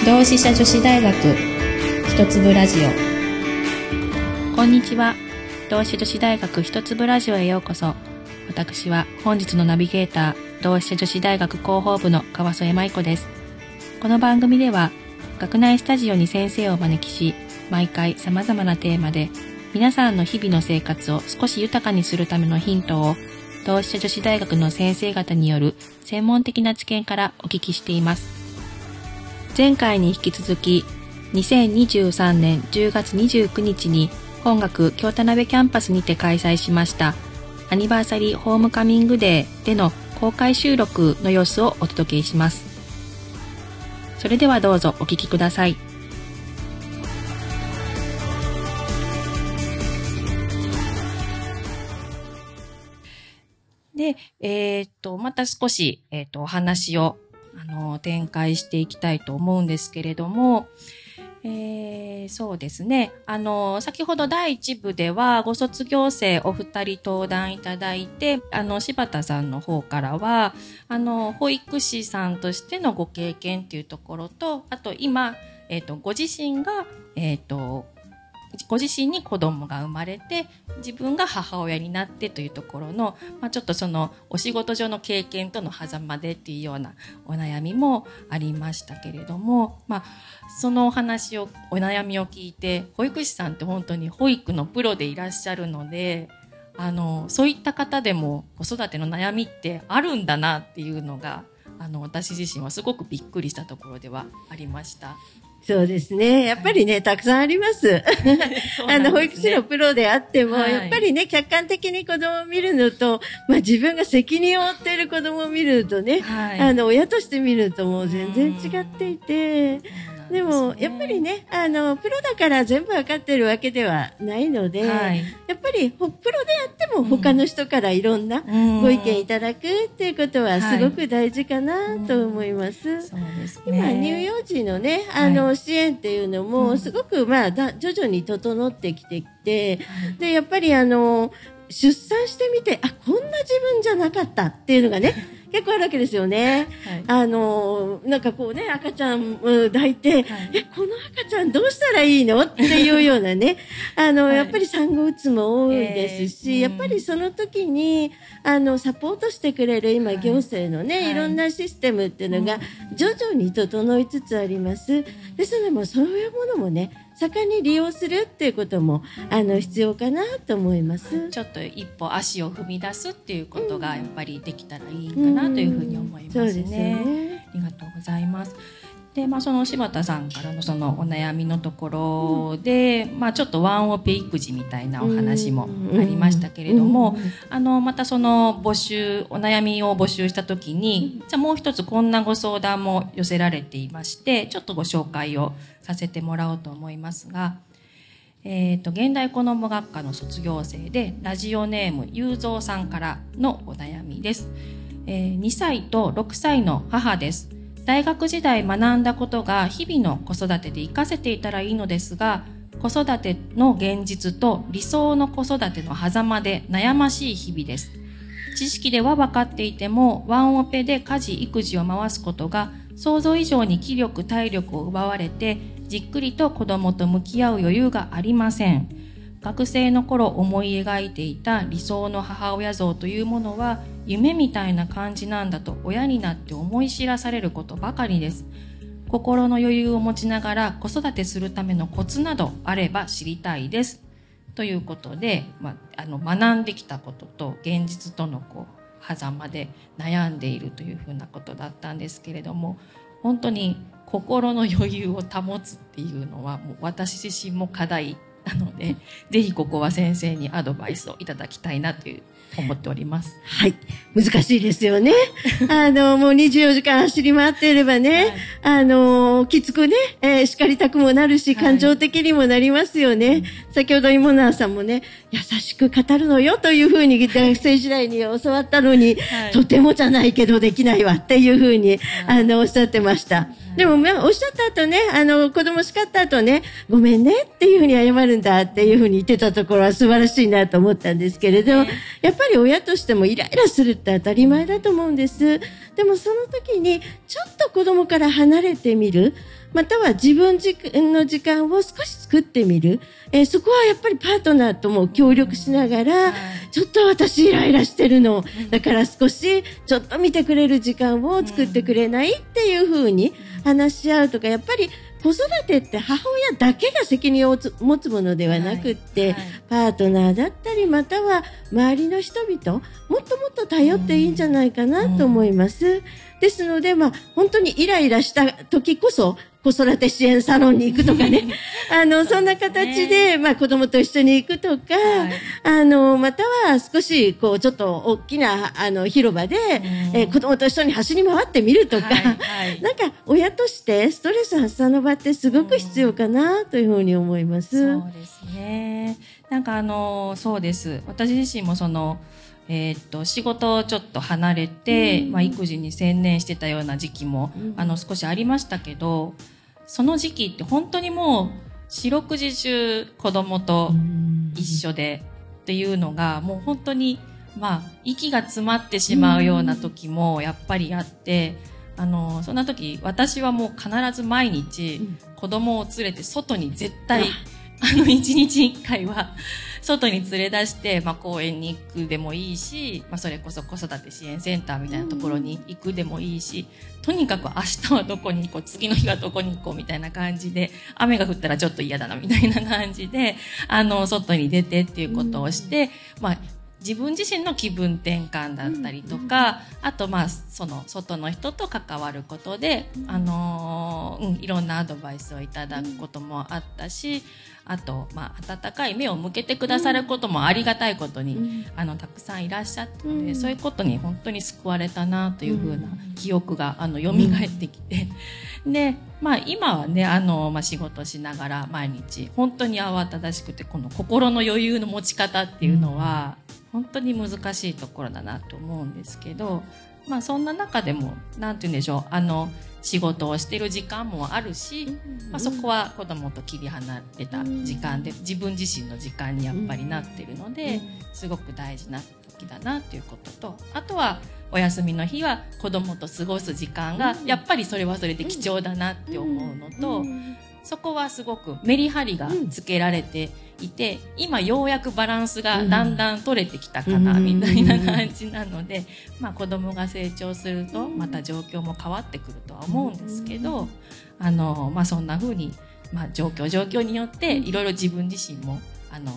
同志社女子大学一粒ラジオ。こんにちは。同志社女子大学一粒ラジオへようこそ。私は本日のナビゲーター、同志社女子大学広報部の川添舞子です。この番組では学内スタジオに先生をお招きし、毎回様々なテーマで皆さんの日々の生活を少し豊かにするためのヒントを同志社女子大学の先生方による専門的な知見からお聞きしています。前回に引き続き2023年10月29日に本学京田辺キャンパスにて開催しましたアニバーサリーホームカミングデーでの公開収録の様子をお届けします。それではどうぞお聞きください。で、また少し、お話を展開していきたいと思うんですけれども、そうですね。先ほど第1部ではご卒業生お二人登壇いただいて、柴田さんの方からは、保育士さんとしてのご経験っていうところと、あと今、ご自身が、ご自身に子供が生まれて自分が母親になってというところの、ちょっとそのお仕事上の経験との狭間でっていうようなお悩みもありましたけれども、そのお話をお悩みを聞いて、保育士さんって本当に保育のプロでいらっしゃるので、そういった方でも子育ての悩みってあるんだなっていうのが私自身はすごくびっくりしたところではありました。 そうですね。やっぱりね、たくさんあります。保育士のプロであっても、やっぱりね、客観的に子供を見るのと、自分が責任を負っている子供を見るとね、親として見るともう全然違っていて、でも、やっぱりね、プロだから全部わかってるわけではないので、やっぱり、プロであっても他の人からいろんなご意見いただくっていうことはすごく大事かなと思います。 そうですね。 今、乳幼児のね、支援っていうのもすごく、徐々に整ってきていて、で、やっぱり出産してみて、こんな自分じゃなかったっていうのがね、結構あるわけですよね。なんかこうね、赤ちゃん抱いて、この赤ちゃんどうしたらいいのっていうようなね、やっぱり産後うつも多いですし、やっぱりその時に、サポートしてくれる今、行政のね、いろんなシステムっていうのが徐々に整いつつあります。ですので、もうそういうものもね、盛んに利用するっていうことも必要かなと思います。 ちょっと一歩足を踏み出すっていうことがやっぱりできたらいいかなというふうに思いますね。 そうですね。 ありがとうございます。で、その柴田さんからのそのお悩みのところで、ちょっとワンオペ育児みたいなお話もありましたけれども、またそのお悩みを募集したときに、じゃあもう一つこんなご相談も寄せられていまして、ちょっとご紹介をさせてもらおうと思いますが、現代子ども学科の卒業生で、ラジオネームゆうぞうさんからのお悩みです。2歳と6歳の母です。大学時代学んだことが日々の子育てで活かせていたらいいのですが、子育ての現実と理想の子育ての狭間で悩ましい日々です。知識では分かっていても、ワンオペで家事育児を回すことが想像以上に気力体力を奪われて、じっくりと子供と向き合う余裕がありません。学生の頃思い描いていた理想の母親像というものは夢みたいな感じなんだと親になって思い知らされることばかりです。心の余裕を持ちながら子育てするためのコツなどあれば知りたいです。ということで、学んできたことと現実との狭間で悩んでいるというふうなことだったんですけれども、本当に心の余裕を保つっていうのはもう私自身も課題なので、ぜひここは先生にアドバイスをいただきたいなと思っております。 はい。難しいですよね。もう24時間走り回っていればね、きつくね、叱りたくもなるし、感情的にもなりますよね。先ほどイモナーさんもね、優しく語るのよというふうに学生時代に教わったのに、とてもじゃないけどできないわっていうふうに、おっしゃってました。でも、おっしゃった後ね、子供叱った後ね、ごめんねっていうふうに謝るんだっていうふうに言ってたところは素晴らしいなと思ったんですけれど、やっぱり親としてもイライラするって当たり前だと思うんです。でもその時に、ちょっと子供から離れてみる。 または自分の時間を少し作ってみる。そこはやっぱりパートナーとも協力しながら、ちょっと私イライラしてるの。だから少しちょっと見てくれる時間を作ってくれないっていうふうに話し合うとか、やっぱり子育てって母親だけが責任を持つものではなくって、パートナーだったり、または周りの人々、もっともっと頼っていいんじゃないかなと思います。ですので、本当にイライラした時こそ、子育て支援サロンに行くとかね。そんな形で、子供と一緒に行くとか、または少し、ちょっと大きな、広場で、子供と一緒に走り回ってみるとか、なんか、親としてストレス発散の場ってすごく必要かなというふうに思います。 そうですね。なんかそうです。私自身も仕事をちょっと離れて、育児に専念してたような時期も、少しありましたけど、その時期って本当にもう四六時中子供と一緒でっていうのがもう本当に息が詰まってしまうような時もやっぱりあって、そんな時私はもう必ず毎日子供を連れて外に絶対一日一回は外に連れ出して、公園に行くでもいいし、それこそ子育て支援センターみたいなところに行くでもいいし、とにかく明日はどこに行こう、次の日はどこに行こうみたいな感じで、雨が降ったらちょっと嫌だなみたいな感じで、外に出てっていうことをして、自分自身の気分転換だったりとか、あとその外の人と関わることで、いろんなアドバイスをいただくこともあったし、あと温かい目を向けてくださることもありがたいことに、たくさんいらっしゃったので、そういうことに本当に救われたなというふうな記憶が蘇ってきて、で今はね仕事しながら毎日本当に慌ただしくて、この心の余裕の持ち方っていうのは本当に難しいところだなと思うんですけど、そんな中でもなんて言うんでしょう、仕事をしてる時間もあるし、そこは子供と切り離れた時間で自分自身の時間にやっぱりなってるので、すごく大事な時だなということと、あとはお休みの日は子供と過ごす時間がやっぱりそれはそれで貴重だなって思うのと、そこはすごくメリハリがつけられていて、今ようやくバランスがだんだん取れてきたかなみたいな感じなので、子供が成長するとまた状況も変わってくるとは思うんですけど、そんな風に、状況によっていろいろ自分自身も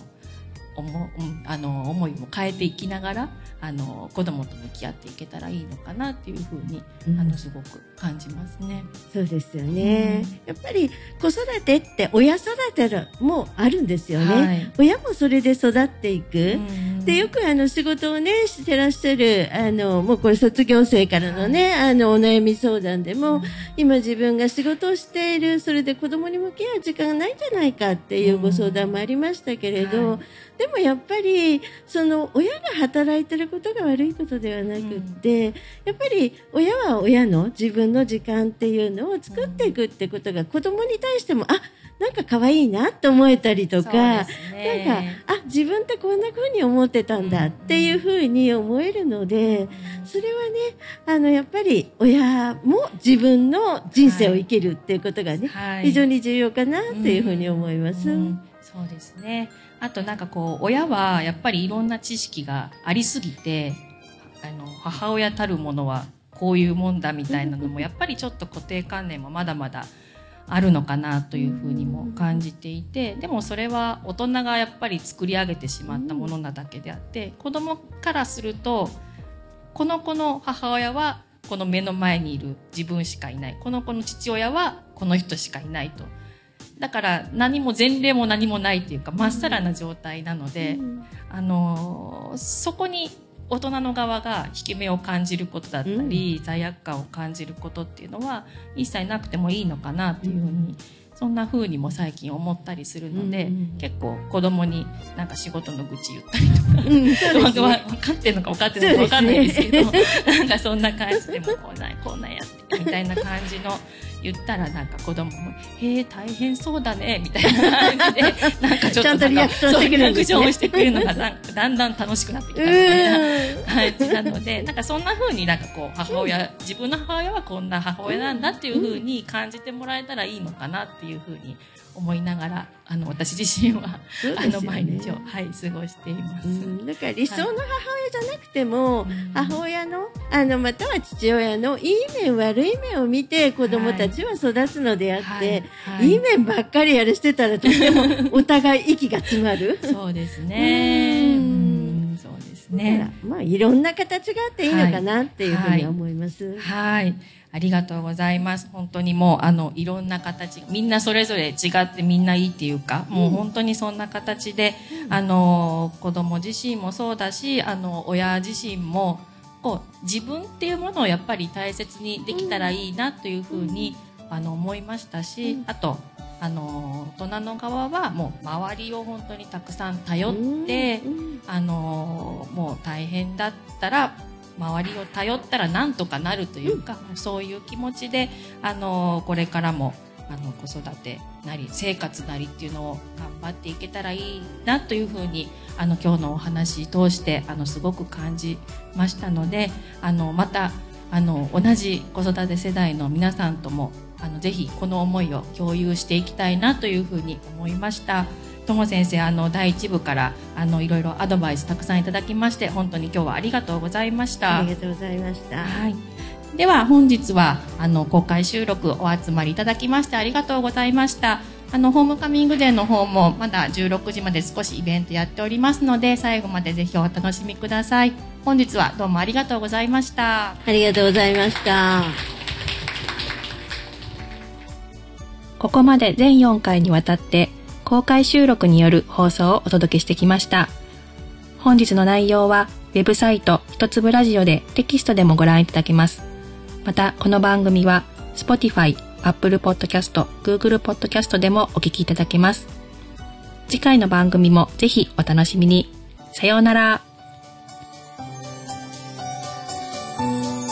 思いも変えていきながら子供と向き合っていけたらいいのかなっていうふうにすごく感じますね。 そうですよね、やっぱり子育てって親育てもあるんですよね、親もそれで育っていく、でよく仕事をねしてらっしゃるもうこれ卒業生からのね、お悩み相談でも、今自分が仕事をしている、それで子供に向き合う時間がないんじゃないかっていうご相談もありましたけれど、でもやっぱりその親が働いてることが悪いことではなくって、やっぱり親は親の自分の時間っていうのを作っていくってことが子供に対してもなんか可愛いなって思えたりとか、なんか自分ってこんな風に思ってたんだっていう風に思えるので、それはねやっぱり親も自分の人生を生きるっていうことがね、非常に重要かなっていう風に思います。 そうですね。あと親はやっぱりいろんな知識がありすぎて、母親たるものはこういうもんだみたいなのもやっぱりちょっと固定観念もまだまだあるのかなというふうにも感じていて、でもそれは大人がやっぱり作り上げてしまったものなだけであって、子供からするとこの子の母親はこの目の前にいる自分しかいない、この子の父親はこの人しかいないと、だから何も前例も何もないっていうかまっさらな状態なので、そこに大人の側が引け目を感じることだったり、罪悪感を感じることっていうのは一切なくてもいいのかなっていうふうに、そんな風にも最近思ったりするので、結構子供になんか仕事の愚痴言ったりとか、分かってるのか分かってないのか分かんないですけど、なんかそんな感じでもこんなんやってみたいな感じの言ったらなんか子供もへえ大変そうだねみたいな感じでなんかちょっとちゃんとリアクションしてくるんですね。 リアクションをしてくれるのがなんかだんだん楽しくなってきたみたいな感じなので、なんかそんな風になんかこう自分の母親はこんな母親なんだっていう風に感じてもらえたらいいのかなっていう風に思いながら私自身は、ね、毎日を、はい、過ごしています。 だから理想の母親じゃなくても、母親のまたは父親のいい面悪い面を見て子供たちは育つのであって、いい面ばっかりしてたらとてもお互い息が詰まる。 そうですね。そうですね。 まあいろんな形があっていいのかなっていうふうに思います。 はい。ありがとうございます。本当にもういろんな形、みんなそれぞれ違ってみんないいっていうか、もう本当にそんな形で、子供自身もそうだし、親自身もこう自分っていうものをやっぱり大切にできたらいいなというふうに思いましたし、あと大人の側はもう周りを本当にたくさん頼って、もう大変だったら周りを頼ったらなんとかなるというか、そういう気持ちでこれからも子育てなり生活なりっていうのを頑張っていけたらいいなというふうに今日のお話通してすごく感じましたので、また同じ子育て世代の皆さんともぜひこの思いを共有していきたいなというふうに思いました。とも先生第1部からいろいろアドバイスたくさんいただきまして本当に今日はありがとうございました。 ありがとうございました。 はい、では本日は公開収録お集まりいただきましてありがとうございました。ホームカミングデーの方もまだ16時まで少しイベントやっておりますので最後までぜひお楽しみください。本日はどうもありがとうございました。 ありがとうございました。 ここまで全4回にわたって公開収録による放送をお届けしてきました。本日の内容はウェブサイト一粒ラジオでテキストでもご覧いただけます。またこの番組は Spotify、Apple Podcast、Google Podcast でもお聞きいただけます。次回の番組もぜひお楽しみに。さようなら。